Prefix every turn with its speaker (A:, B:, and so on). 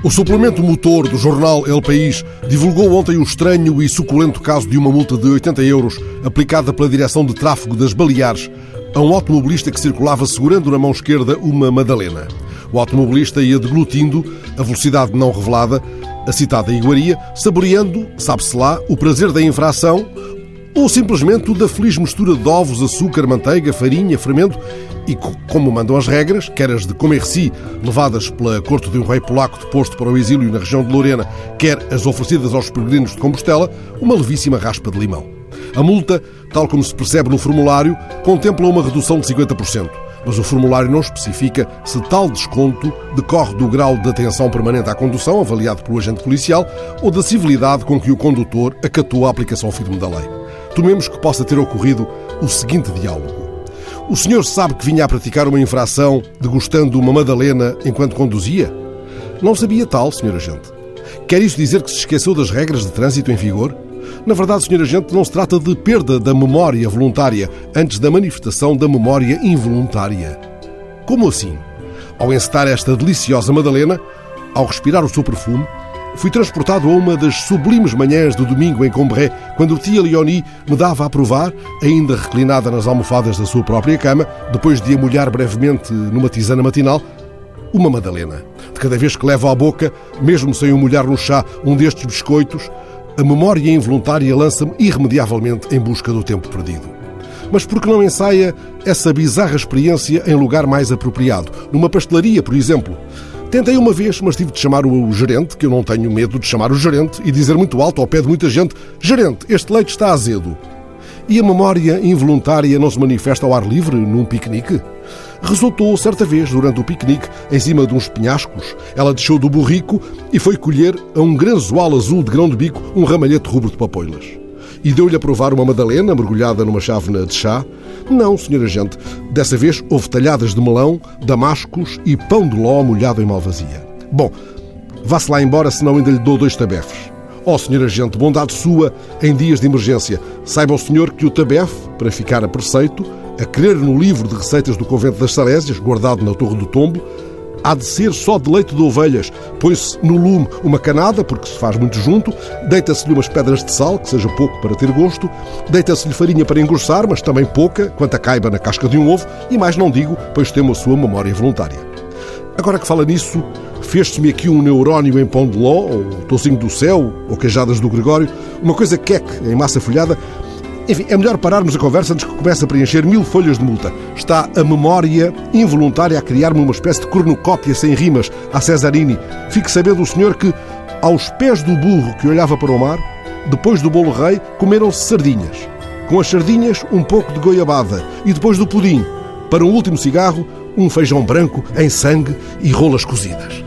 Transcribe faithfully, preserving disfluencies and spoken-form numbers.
A: O suplemento motor do jornal El País divulgou ontem o estranho e suculento caso de uma multa de oitenta euros aplicada pela Direção de Tráfego das Baleares a um automobilista que circulava segurando na mão esquerda uma Madalena. O automobilista ia deglutindo a velocidade não revelada, a citada iguaria, saboreando, sabe-se lá, o prazer da infração ou simplesmente o da feliz mistura de ovos, açúcar, manteiga, farinha, fermento e, como mandam as regras, quer as de Commercy, levadas pela corte de um rei polaco deposto para o exílio na região de Lorena, quer as oferecidas aos peregrinos de Compostela, uma levíssima raspa de limão. A multa, tal como se percebe no formulário, contempla uma redução de cinquenta por cento, mas o formulário não especifica se tal desconto decorre do grau de atenção permanente à condução, avaliado pelo agente policial, ou da civilidade com que o condutor acatou a aplicação firme da lei. Tomemos que possa ter ocorrido o seguinte diálogo. O senhor sabe que vinha a praticar uma infração degustando uma Madalena enquanto conduzia? Não sabia tal, senhor agente. Quer isso dizer que se esqueceu das regras de trânsito em vigor? Na verdade, senhor agente, não se trata de perda da memória voluntária antes da manifestação da memória involuntária. Como assim? Ao encetar esta deliciosa Madalena, ao respirar o seu perfume, fui transportado a uma das sublimes manhãs do domingo em Combray, quando tia Leonie me dava a provar, ainda reclinada nas almofadas da sua própria cama, depois de a molhar brevemente numa tisana matinal, uma Madalena. De cada vez que levo à boca, mesmo sem o molhar no chá, um destes biscoitos, a memória involuntária lança-me irremediavelmente em busca do tempo perdido. Mas por que não ensaia essa bizarra experiência em lugar mais apropriado? Numa pastelaria, por exemplo. Tentei uma vez, mas tive de chamar o gerente, que eu não tenho medo de chamar o gerente, e dizer muito alto ao pé de muita gente: "Gerente, este leite está azedo." E a memória involuntária não se manifesta ao ar livre, num piquenique? Resultou, certa vez, durante o piquenique, em cima de uns penhascos, ela desceu do burrico e foi colher a um granzoal azul de grão de bico um ramalhete rubro de papoilas. E deu-lhe a provar uma Madalena mergulhada numa chávena de chá? Não, senhor agente. Dessa vez houve talhadas de melão, damascos e pão de ló molhado em malvasia. Bom, vá-se lá embora, senão ainda lhe dou dois tabefes. Oh, senhor agente, bondade sua em dias de emergência. Saiba o senhor que o tabefe, para ficar a preceito, a querer no livro de receitas do Convento das Salésias, guardado na Torre do Tombo, há de ser só de leite de ovelhas. Põe-se no lume uma canada, porque se faz muito junto, deita-se-lhe umas pedras de sal, que seja pouco para ter gosto, deita-se-lhe farinha para engrossar, mas também pouca, quanto a caiba na casca de um ovo, e mais não digo, pois temo a sua memória voluntária. Agora que fala nisso, fez-se-me aqui um neurónio em pão de ló, ou tocinho do céu, ou queijadas do Gregório, uma coisa queque em massa folhada. Enfim, é melhor pararmos a conversa antes que comece a preencher mil folhas de multa. Está a memória involuntária a criar-me uma espécie de cornucópia sem rimas à Cesarini. Fique sabendo o senhor que, aos pés do burro que olhava para o mar, depois do bolo rei, comeram-se sardinhas. Com as sardinhas, um pouco de goiabada. E depois do pudim, para um último cigarro, um feijão branco em sangue e rolas cozidas.